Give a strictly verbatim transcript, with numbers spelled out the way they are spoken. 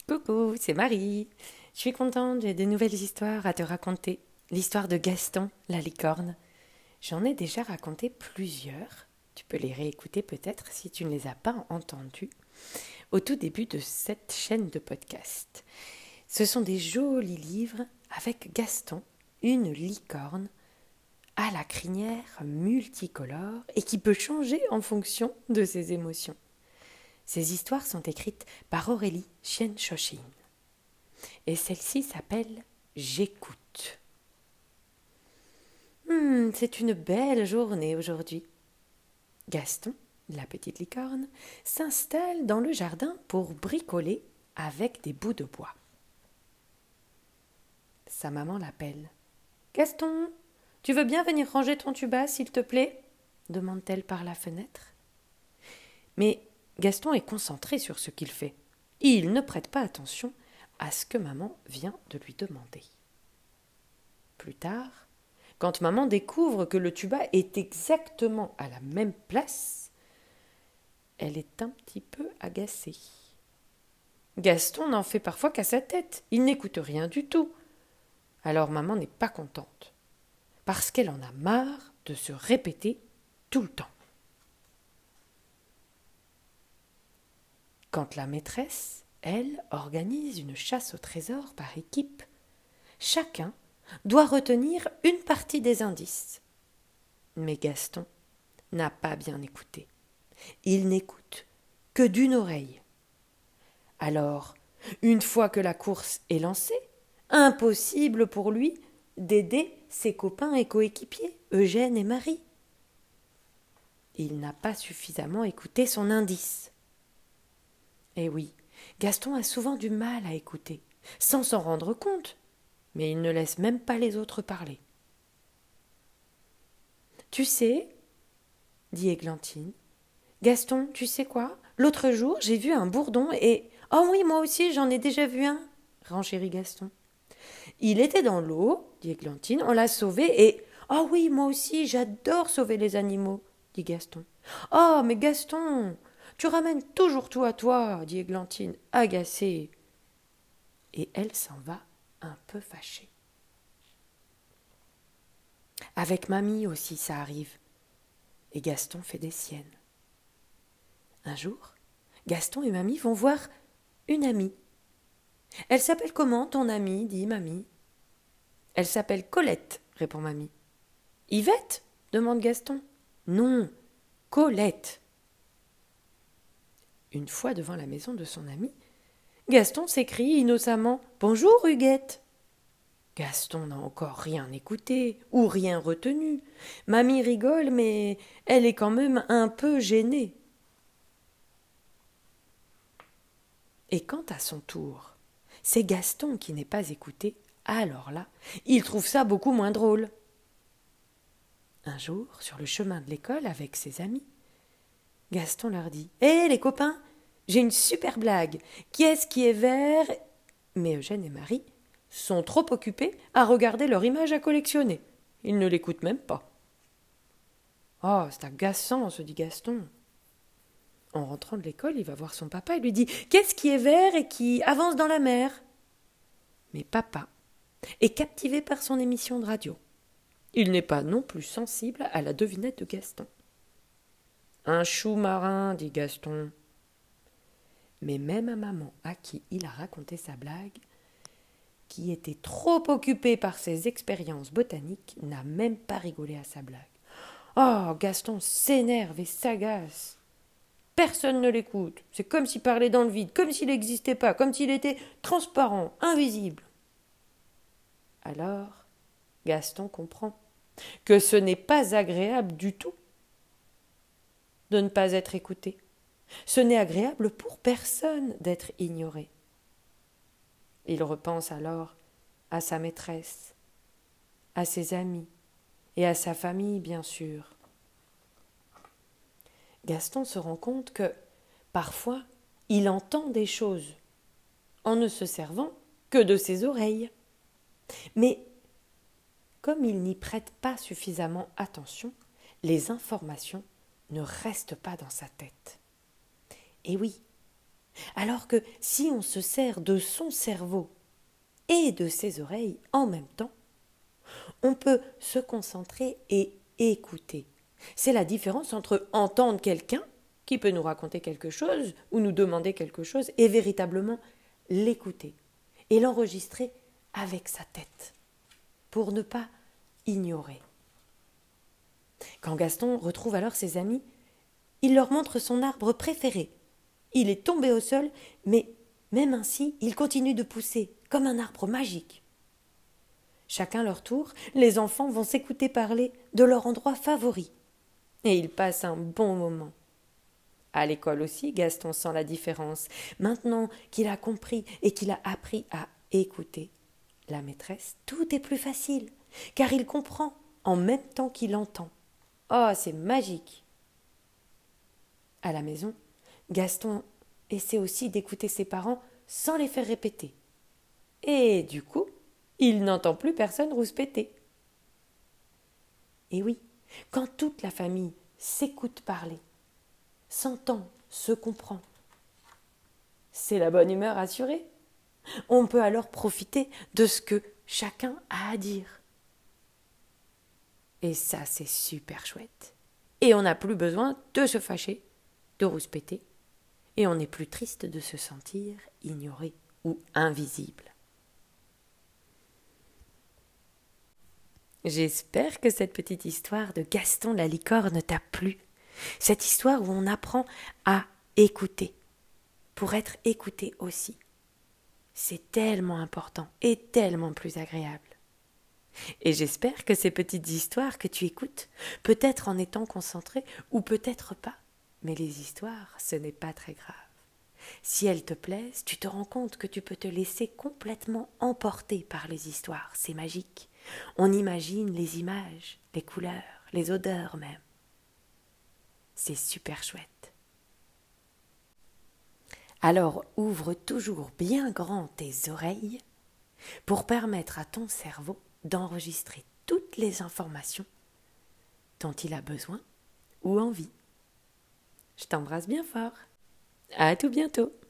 Coucou, c'est Marie. Je suis contente, j'ai de nouvelles histoires à te raconter. L'histoire de Gaston, la licorne. J'en ai déjà raconté plusieurs. Tu peux les réécouter peut-être si tu ne les as pas entendues au tout début de cette chaîne de podcast. Ce sont des jolis livres avec Gaston, une licorne à la crinière multicolore et qui peut changer en fonction de ses émotions. Ces histoires sont écrites par Aurélie Chienne-Chochine. Et celle-ci s'appelle « J'écoute ». Hmm, c'est une belle journée aujourd'hui. Gaston, la petite licorne, s'installe dans le jardin pour bricoler avec des bouts de bois. Sa maman l'appelle. « Gaston, tu veux bien venir ranger ton tuba, s'il te plaît ?» demande-t-elle par la fenêtre. Mais Gaston est concentré sur ce qu'il fait. Il ne prête pas attention à ce que maman vient de lui demander. Plus tard, quand maman découvre que le tuba est exactement à la même place, elle est un petit peu agacée. Gaston n'en fait parfois qu'à sa tête, il n'écoute rien du tout. Alors maman n'est pas contente, parce qu'elle en a marre de se répéter tout le temps. Quand la maîtresse, elle, organise une chasse au trésor par équipe, chacun doit retenir une partie des indices. Mais Gaston n'a pas bien écouté. Il n'écoute que d'une oreille. Alors, une fois que la course est lancée, impossible pour lui d'aider ses copains et coéquipiers, Eugène et Marie. Il n'a pas suffisamment écouté son indice. Eh oui, Gaston a souvent du mal à écouter, sans s'en rendre compte, mais il ne laisse même pas les autres parler. « Tu sais, dit Églantine, Gaston, tu sais quoi? L'autre jour, j'ai vu un bourdon et... Oh oui, moi aussi, j'en ai déjà vu un, renchérit Gaston. Il était dans l'eau, dit Églantine, on l'a sauvé et... Oh oui, moi aussi, j'adore sauver les animaux, dit Gaston. Oh, mais Gaston, tu ramènes toujours tout à toi, dit Églantine, agacée. Et elle s'en va un peu fâchée. Avec mamie aussi, ça arrive. Et Gaston fait des siennes. Un jour, Gaston et mamie vont voir une amie. « Elle s'appelle comment, ton amie ?» dit mamie. « Elle s'appelle Colette, » répond mamie. « Yvette ?» demande Gaston. « Non, Colette. » Une fois devant la maison de son amie, Gaston s'écrie innocemment « Bonjour, Huguette !» Gaston n'a encore rien écouté ou rien retenu. Mamie rigole, mais elle est quand même un peu gênée. Et quand à son tour, c'est Gaston qui n'est pas écouté, alors là, il trouve ça beaucoup moins drôle. Un jour, sur le chemin de l'école avec ses amis, Gaston leur dit « Hé, les copains, j'ai une super blague. Qui est-ce qui est vert ?» Mais Eugène et Marie sont trop occupés à regarder leur image à collectionner. Ils ne l'écoutent même pas. « Oh, c'est agaçant, se dit Gaston. » En rentrant de l'école, il va voir son papa et lui dit « Qu'est-ce qui est vert et qui avance dans la mer ?» Mais papa est captivé par son émission de radio. Il n'est pas non plus sensible à la devinette de Gaston. « Un chou marin, dit Gaston. » Mais même à maman, à qui il a raconté sa blague, qui était trop occupée par ses expériences botaniques, n'a même pas rigolé à sa blague. Oh, Gaston s'énerve et s'agace. Personne ne l'écoute. C'est comme s'il parlait dans le vide, comme s'il n'existait pas, comme s'il était transparent, invisible. Alors, Gaston comprend que ce n'est pas agréable du tout de ne pas être écouté. Ce n'est agréable pour personne d'être ignoré. Il repense alors à sa maîtresse, à ses amis et à sa famille, bien sûr. Gaston se rend compte que, parfois, il entend des choses en ne se servant que de ses oreilles. Mais, comme il n'y prête pas suffisamment attention, les informations ne restent pas dans sa tête. Et oui, Alors que si on se sert de son cerveau et de ses oreilles en même temps, on peut se concentrer et écouter. C'est la différence entre entendre quelqu'un qui peut nous raconter quelque chose ou nous demander quelque chose et véritablement l'écouter et l'enregistrer avec sa tête pour ne pas ignorer. Quand Gaston retrouve alors ses amis, il leur montre son arbre préféré. Il est tombé au sol, mais même ainsi, il continue de pousser comme un arbre magique. Chacun leur tour, les enfants vont s'écouter parler de leur endroit favori. Et ils passent un bon moment. À l'école aussi, Gaston sent la différence. Maintenant qu'il a compris et qu'il a appris à écouter la maîtresse, tout est plus facile, car il comprend en même temps qu'il entend. Oh, c'est magique! À la maison, Gaston essaie aussi d'écouter ses parents sans les faire répéter. Et du coup, il n'entend plus personne rouspéter. Et oui, quand toute la famille s'écoute parler, s'entend, se comprend, c'est la bonne humeur assurée. On peut alors profiter de ce que chacun a à dire. Et ça, c'est super chouette. Et on n'a plus besoin de se fâcher, de rouspéter, et on n'est plus triste de se sentir ignoré ou invisible. J'espère que cette petite histoire de Gaston la licorne t'a plu. Cette histoire où on apprend à écouter, pour être écouté aussi. C'est tellement important et tellement plus agréable. Et j'espère que ces petites histoires que tu écoutes, peut-être en étant concentré ou peut-être pas, mais les histoires, ce n'est pas très grave. Si elles te plaisent, tu te rends compte que tu peux te laisser complètement emporter par les histoires. C'est magique. On imagine les images, les couleurs, les odeurs même. C'est super chouette. Alors ouvre toujours bien grand tes oreilles pour permettre à ton cerveau d'enregistrer toutes les informations dont il a besoin ou envie. Je t'embrasse bien fort. À tout bientôt.